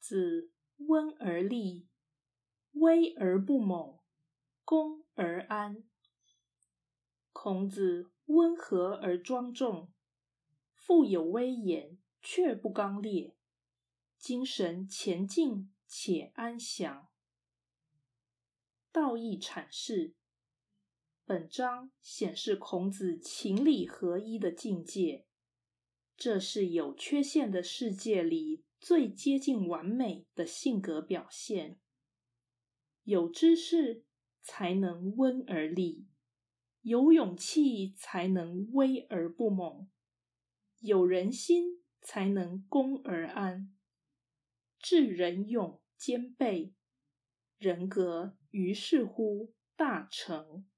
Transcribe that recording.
子温而立，威而不猛，恭而安。孔子温和而庄重，富有威严，却不刚烈，精神前进且安详。道义阐释，本章显示孔子情理合一的境界，这是有缺陷的世界里最接近完美的性格表现。有知识才能温而立，有勇气才能威而不猛，有人心才能恭而安。智仁勇兼备，人格于是乎大成。